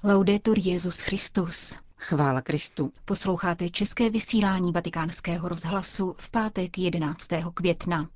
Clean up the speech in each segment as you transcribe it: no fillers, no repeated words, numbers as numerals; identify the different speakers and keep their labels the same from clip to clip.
Speaker 1: Laudetur Jesus Christus.
Speaker 2: Chvála Kristu.
Speaker 1: Posloucháte české vysílání Vatikánského rozhlasu v pátek 11. května.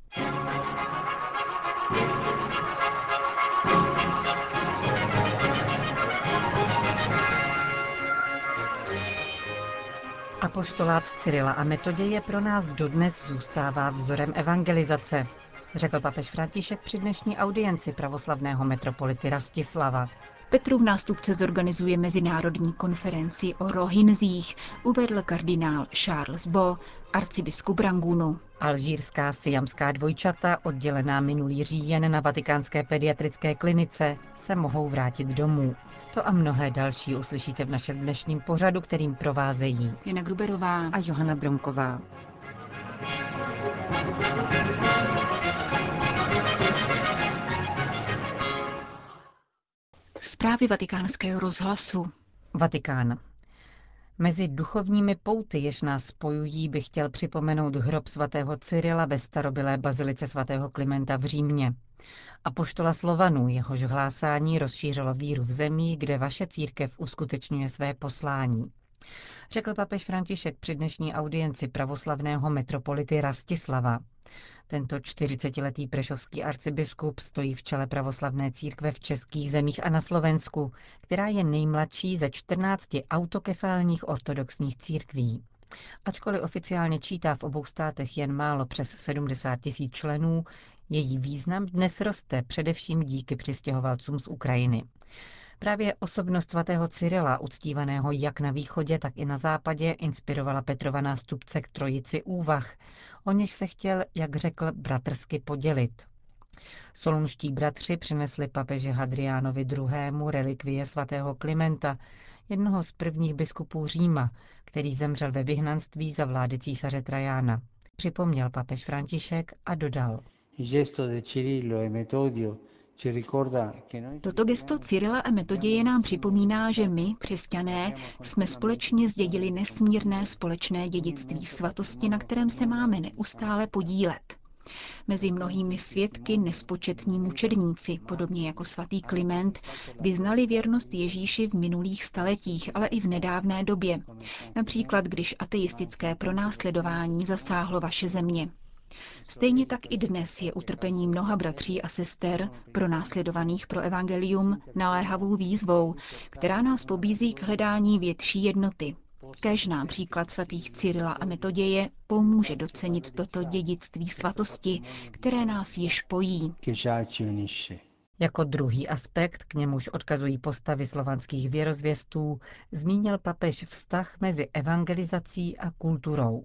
Speaker 2: Apoštolát Cyrila a Metoděje pro nás dodnes zůstává vzorem evangelizace, řekl papež František při dnešní audienci pravoslavného metropolity Rastislava.
Speaker 1: Petrův nástupce zorganizuje mezinárodní konferenci o Rohinzích, uvedl kardinál Charles Bo, arcibiskup Rangunu.
Speaker 2: Alžírská siamská dvojčata, oddělená minulý říjen na vatikánské pediatrické klinice, se mohou vrátit domů. To a mnohé další uslyšíte v našem dnešním pořadu, kterým provázejí
Speaker 1: Jana Gruberová
Speaker 2: a Johana Bromková.
Speaker 1: Zprávy Vatikánského rozhlasu.
Speaker 2: Vatikán. Mezi duchovními pouty, jež nás spojují, bych chtěl připomenout hrob svatého Cyrila ve starobylé bazilice svatého Klimenta v Římě. Apoštola Slovanů, jehož hlásání rozšířilo víru v zemích, kde vaše církev uskutečňuje své poslání. Řekl papež František při dnešní audienci pravoslavného metropolity Rastislava. Tento 40letý prešovský arcibiskup stojí v čele pravoslavné církve v českých zemích a na Slovensku, která je nejmladší ze 14 autokefálních ortodoxních církví. Ačkoliv oficiálně čítá v obou státech jen málo přes 70 000 členů, její význam dnes roste především díky přistěhovalcům z Ukrajiny. Právě osobnost svatého Cyrila, uctívaného jak na východě, tak i na západě, inspirovala Petrova nástupce k trojici úvah, o něž se chtěl, jak řekl, bratrsky podělit. Solunští bratři přinesli papeži Hadriánovi II. Relikvie svatého Klimenta, jednoho z prvních biskupů Říma, který zemřel ve vyhnanství za vlády císaře Trajána. Připomněl papež František a dodal.
Speaker 1: Toto gesto Cyrila a Metoděje nám připomíná, že my, křesťané, jsme společně zdědili nesmírné společné dědictví svatosti, na kterém se máme neustále podílet. Mezi mnohými svědky nespočetní mučedníci, podobně jako svatý Kliment, vyznali věrnost Ježíši v minulých staletích, ale i v nedávné době. Například, když ateistické pronásledování zasáhlo vaše země. Stejně tak i dnes je utrpení mnoha bratří a sester, pronásledovaných pro evangelium, naléhavou výzvou, která nás pobízí k hledání větší jednoty. Kéž nám příklad svatých Cyrila a Metoděje pomůže docenit toto dědictví svatosti, které nás již pojí.
Speaker 2: Jako druhý aspekt, k němuž odkazují postavy slovanských věrozvěstů, zmínil papež vztah mezi evangelizací a kulturou.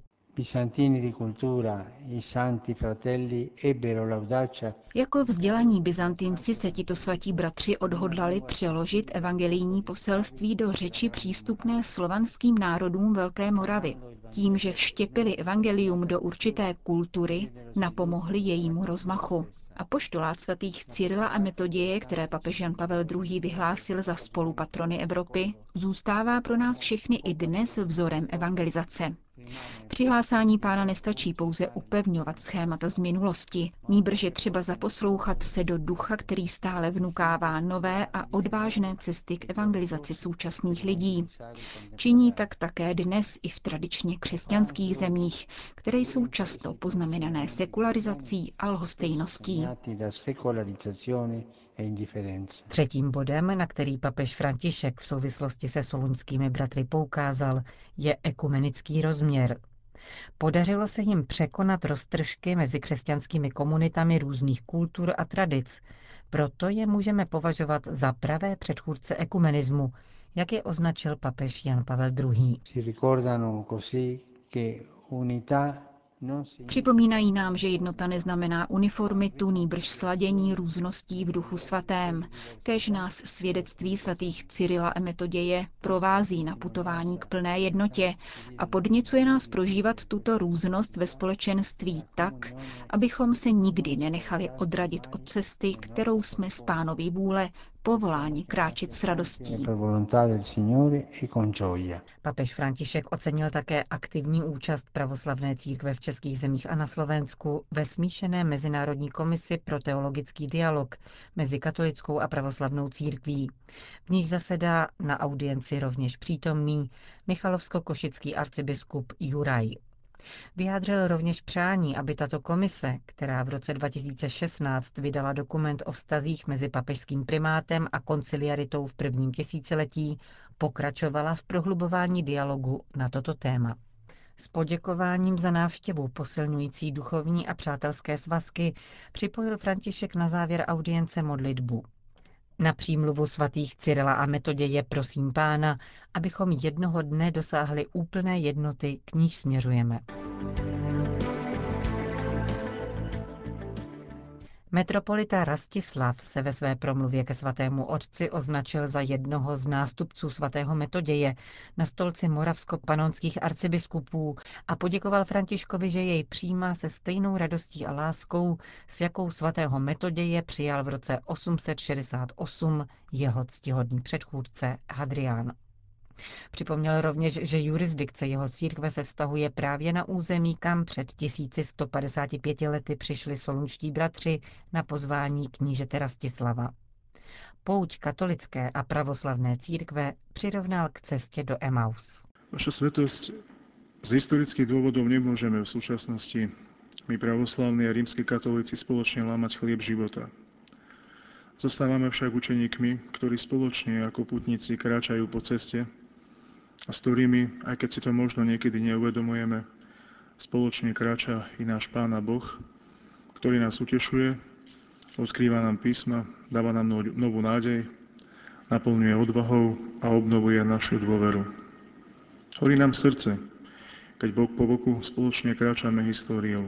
Speaker 1: Jako vzdělaní Byzantinci se tito svatí bratři odhodlali přeložit evangelijní poselství do řeči přístupné slovanským národům Velké Moravy. Tím, že vštěpili evangelium do určité kultury, napomohli jejímu rozmachu. Apoštolát svatých Cyrila a Metoděje, které papež Jan Pavel II. Vyhlásil za spolupatrony Evropy, zůstává pro nás všechny i dnes vzorem evangelizace. Při hlásání Pána nestačí pouze upevňovat schémata z minulosti, nýbrž je třeba zaposlouchat se do ducha, který stále vnukává nové a odvážné cesty k evangelizaci současných lidí. Činí tak také dnes i v tradičně křesťanských zemích, které jsou často poznamenané sekularizací a lhostejností.
Speaker 2: Třetím bodem, na který papež František v souvislosti se solunskými bratry poukázal, je ekumenický rozměr. Podařilo se jim překonat roztržky mezi křesťanskými komunitami různých kultur a tradic, proto je můžeme považovat za pravé předchůdce ekumenismu, jak je označil papež Jan Pavel II.
Speaker 1: Připomínají nám, že jednota neznamená uniformitu, nýbrž sladění růzností v duchu svatém. Kéž nás svědectví svatých Cyrila a Metoděje provází na putování k plné jednotě a podněcuje nás prožívat tuto různost ve společenství tak, abychom se nikdy nenechali odradit od cesty, kterou jsme z Pánovy vůle povoláni kráčet s radostí.
Speaker 2: Papež František ocenil také aktivní účast pravoslavné církve v českých zemích a na Slovensku ve smíšené mezinárodní komisi pro teologický dialog mezi katolickou a pravoslavnou církví. V níž zasedá na audienci rovněž přítomný michalovsko-košický arcibiskup Juraj. Vyjádřil rovněž přání, aby tato komise, která v roce 2016 vydala dokument o vztazích mezi papežským primátem a konciliaritou v prvním tisíciletí, pokračovala v prohlubování dialogu na toto téma. S poděkováním za návštěvu posilňující duchovní a přátelské svazky připojil František na závěr audience modlitbu. Na přímluvu svatých Cyrila a Metoděje prosím Pána, abychom jednoho dne dosáhli úplné jednoty, k níž směřujeme. Metropolita Rastislav se ve své promluvě ke svatému otci označil za jednoho z nástupců svatého Metoděje na stolci moravsko-panonských arcibiskupů a poděkoval Františkovi, že jej přijímá se stejnou radostí a láskou, s jakou svatého Metoděje přijal v roce 868 jeho ctihodný předchůdce Hadrián. Připomněl rovněž, že jurisdikce jeho církve se vztahuje právě na území, kam před 1155 lety přišli solunští bratři na pozvání knížete Rastislava. Pouť katolické a pravoslavné církve přirovnal k cestě do Emaus.
Speaker 3: Vaša svetosť, z historických dôvodov nemôžeme v súčasnosti my pravoslavní a rímski katolíci spoločne lámať chlieb života. Zostávame však učeníkmi, ktorí spoločne ako putníci kráčajú po ceste a s ktorými, aj keď si to možno niekedy neuvedomujeme, spoločne kráča i náš Pán a Boh, ktorý nás utešuje, odkrýva nám písma, dáva nám novú nádej, naplňuje odvahou a obnovuje našu dôveru. Horí nám srdce, keď bok po boku spoločne kráčame históriou.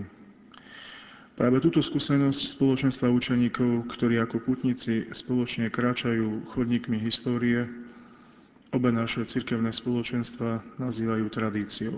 Speaker 3: Práve túto skúsenosť spoločenstva učeníkov, ktorí ako putníci spoločne kráčajú chodníkmi histórie, obe naše cirkevné spoločenstva nazývajú tradíciou.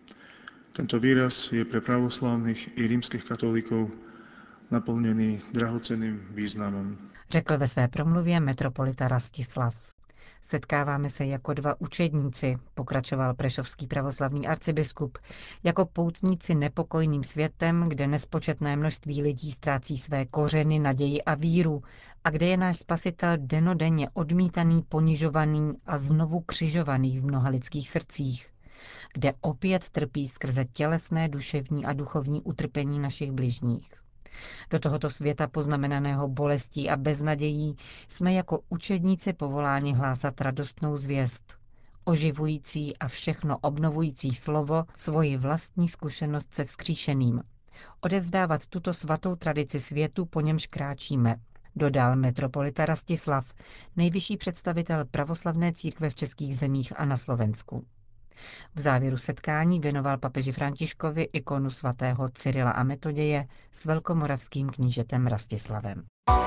Speaker 3: Tento výraz je pre pravoslávnych i rímskych katolíkov naplnený drahocenným významom.
Speaker 2: Řekl ve své promluvě metropolita Rastislav. Setkáváme se jako dva učedníci, pokračoval prešovský pravoslavný arcibiskup, jako poutníci nepokojným světem, kde nespočetné množství lidí ztrácí své kořeny, naději a víru a kde je náš spasitel dennodenně odmítaný, ponižovaný a znovu křižovaný v mnoha lidských srdcích, kde opět trpí skrze tělesné, duševní a duchovní utrpení našich bližních. Do tohoto světa poznamenaného bolestí a beznadějí jsme jako učedníci povoláni hlásat radostnou zvěst, oživující a všechno obnovující slovo, svoji vlastní zkušenost se vzkříšeným. Odevzdávat tuto svatou tradici světu, po němž kráčíme, dodal metropolita Rastislav, nejvyšší představitel pravoslavné církve v českých zemích a na Slovensku. V závěru setkání věnoval papeži Františkovi ikonu svatého Cyrila a Metoděje s velkomoravským knížetem Rastislavem.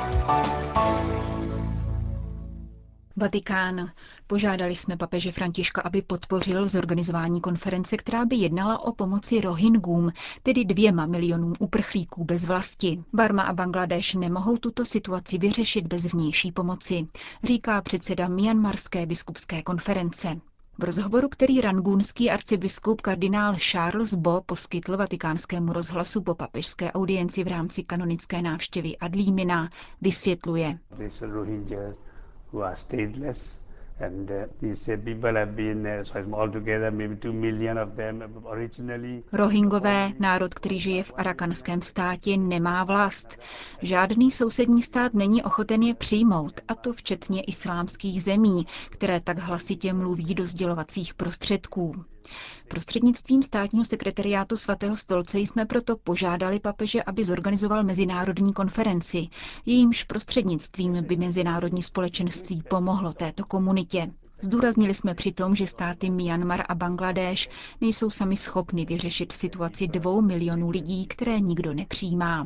Speaker 1: Vatikán. Požádali jsme papeže Františka, aby podpořil zorganizování konference, která by jednala o pomoci Rohingům, tedy 2 milionům uprchlíků bez vlasti. Barma a Bangladeš nemohou tuto situaci vyřešit bez vnější pomoci, říká předseda Myanmarské biskupské konference. V rozhovoru, který rangúnský arcibiskup kardinál Charles Bo poskytl Vatikánskému rozhlasu po papežské audienci v rámci kanonické návštěvy Adlímina, vysvětluje. Rohingové, národ, který žije v arakanském státě, nemá vlast. Žádný sousední stát není ochoten je přijmout, a to včetně islámských zemí, které tak hlasitě mluví do sdělovacích prostředků. Prostřednictvím státního sekretariátu Svatého stolce jsme proto požádali papeže, aby zorganizoval mezinárodní konferenci, jejímž prostřednictvím by mezinárodní společenství pomohlo této komunitě. Zdůraznili jsme přitom, že státy Myanmar a Bangladéš nejsou sami schopny vyřešit situaci 2 milionů lidí, které nikdo nepřijímá.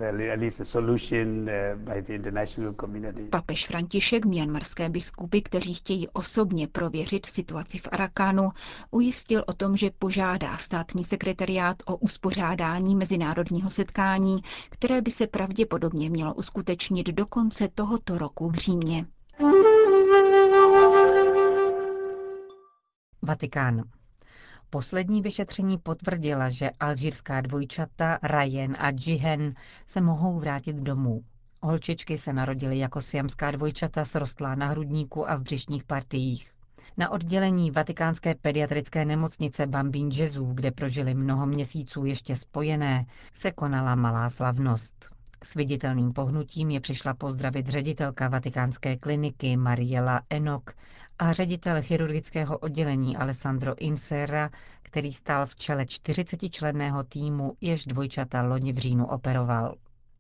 Speaker 1: Papež František myanmarské biskupy, kteří chtějí osobně prověřit situaci v Arakánu, ujistil o tom, že požádá státní sekretariát o uspořádání mezinárodního setkání, které by se pravděpodobně mělo uskutečnit do konce tohoto roku v Římě.
Speaker 2: Vatikán. Poslední vyšetření potvrdila, že alžírská dvojčata Rayen a Džihen se mohou vrátit domů. Holčičky se narodily jako siamská dvojčata srostlá na hrudníku a v břišních partiích. Na oddělení vatikánské pediatrické nemocnice Bambín Gesù, kde prožili mnoho měsíců ještě spojené, se konala malá slavnost. S viditelným pohnutím je přišla pozdravit ředitelka vatikánské kliniky Mariela Enoch a ředitel chirurgického oddělení Alessandro Inserra, který stál v čele 40členného týmu, jež dvojčata loni v říjnu operoval.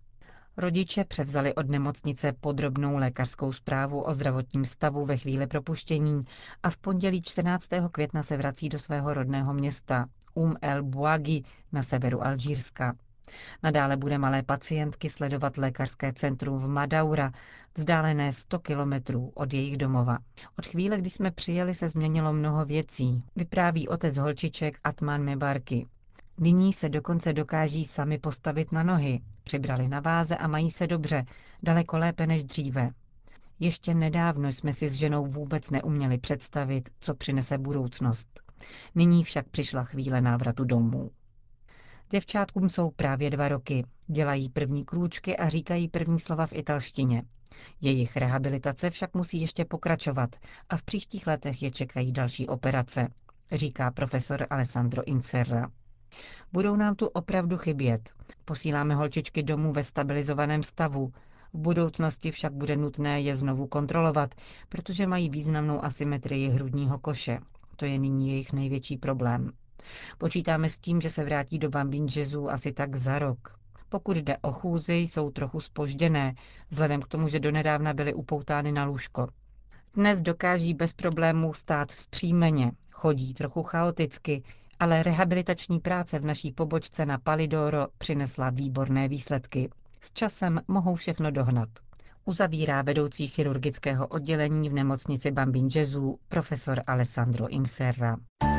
Speaker 2: Rodiče převzali od nemocnice podrobnou lékařskou zprávu o zdravotním stavu ve chvíli propuštění a v pondělí 14. května se vrací do svého rodného města el Bouaghi na severu Alžírska. Nadále bude malé pacientky sledovat lékařské centrum v Madaura, vzdálené 100 kilometrů od jejich domova. Od chvíle, kdy jsme přijeli, se změnilo mnoho věcí, vypráví otec holčiček Atman Mebarky. Nyní se dokonce dokáží sami postavit na nohy, přibrali na váze a mají se dobře, daleko lépe než dříve. Ještě nedávno jsme si s ženou vůbec neuměli představit, co přinese budoucnost. Nyní však přišla chvíle návratu domů. Děvčátkům jsou právě 2 roky, dělají první krůčky a říkají první slova v italštině. Jejich rehabilitace však musí ještě pokračovat a v příštích letech je čekají další operace, říká profesor Alessandro Inserra. Budou nám tu opravdu chybět. Posíláme holčičky domů ve stabilizovaném stavu. V budoucnosti však bude nutné je znovu kontrolovat, protože mají významnou asymetrii hrudního koše. To je nyní jejich největší problém. Počítáme s tím, že se vrátí do Bambín Gesù asi tak za rok. Pokud jde o chůzi, jsou trochu zpožděné, vzhledem k tomu, že donedávna byly upoutány na lůžko. Dnes dokáží bez problémů stát vzpřímeně, chodí trochu chaoticky, ale rehabilitační práce v naší pobočce na Palidoro přinesla výborné výsledky. S časem mohou všechno dohnat. Uzavírá vedoucí chirurgického oddělení v nemocnici Bambín Gesù profesor Alessandro Inserra.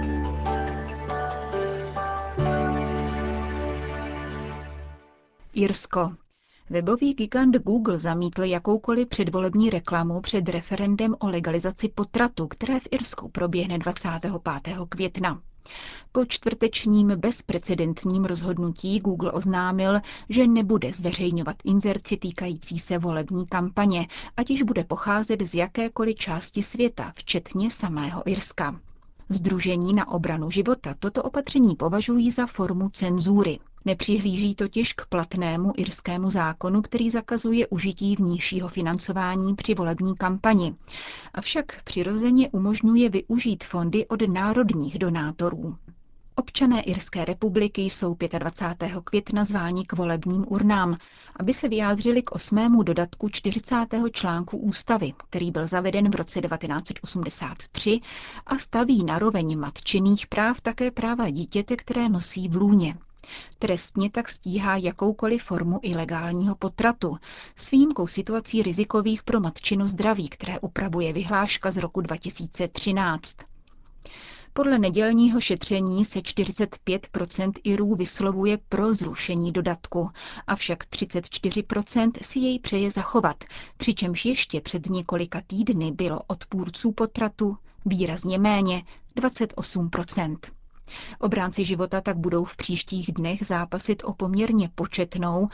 Speaker 1: Irsko. Webový gigant Google zamítl jakoukoliv předvolební reklamu před referendem o legalizaci potratu, které v Irsku proběhne 25. května. Po čtvrtečním bezprecedentním rozhodnutí Google oznámil, že nebude zveřejňovat inzerci týkající se volební kampaně, ať již bude pocházet z jakékoliv části světa, včetně samého Irska. Sdružení na obranu života toto opatření považují za formu cenzury. Nepřihlíží totiž k platnému irskému zákonu, který zakazuje užití vnějšího financování při volební kampani. Avšak přirozeně umožňuje využít fondy od národních donátorů. Občané Irské republiky jsou 25. května zváni k volebním urnám, aby se vyjádřili k 8. dodatku 40. článku ústavy, který byl zaveden v roce 1983 a staví na roveň matčinných práv také práva dítěte, které nosí v lůně. Trestně tak stíhá jakoukoliv formu ilegálního potratu, s výjimkou situací rizikových pro matčino zdraví, které upravuje vyhláška z roku 2013. Podle nedělního šetření se 45% Irů vyslovuje pro zrušení dodatku, avšak 34% si jej přeje zachovat, přičemž ještě před několika týdny bylo odpůrců potratu výrazně méně, 28%. Obránci života tak budou v příštích dnech zápasit o poměrně početnou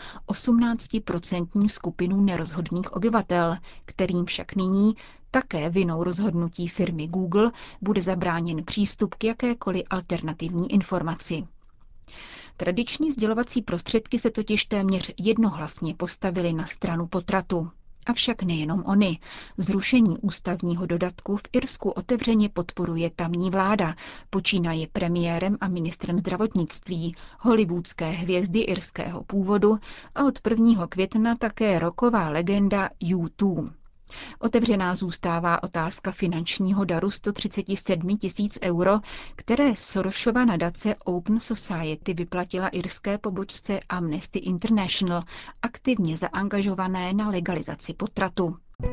Speaker 1: 18% skupinu nerozhodných obyvatel, kterým však nyní také vinou rozhodnutí firmy Google bude zabráněn přístup k jakékoliv alternativní informaci. Tradiční sdělovací prostředky se totiž téměř jednohlasně postavily na stranu potratu. Avšak nejenom oni. Zrušení ústavního dodatku v Irsku otevřeně podporuje tamní vláda, počínaje premiérem a ministrem zdravotnictví, hollywoodské hvězdy irského původu a od 1. května také rocková legenda U2. Otevřená zůstává otázka finančního daru 137 000 euro, které Sorosova nadace Open Society vyplatila irské pobočce Amnesty International, aktivně zaangažované na legalizaci potratu.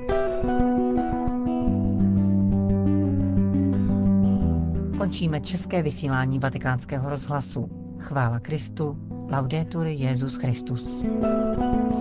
Speaker 2: Končíme české vysílání Vatikánského rozhlasu. Chvála Kristu, laudetur Jesus Christus.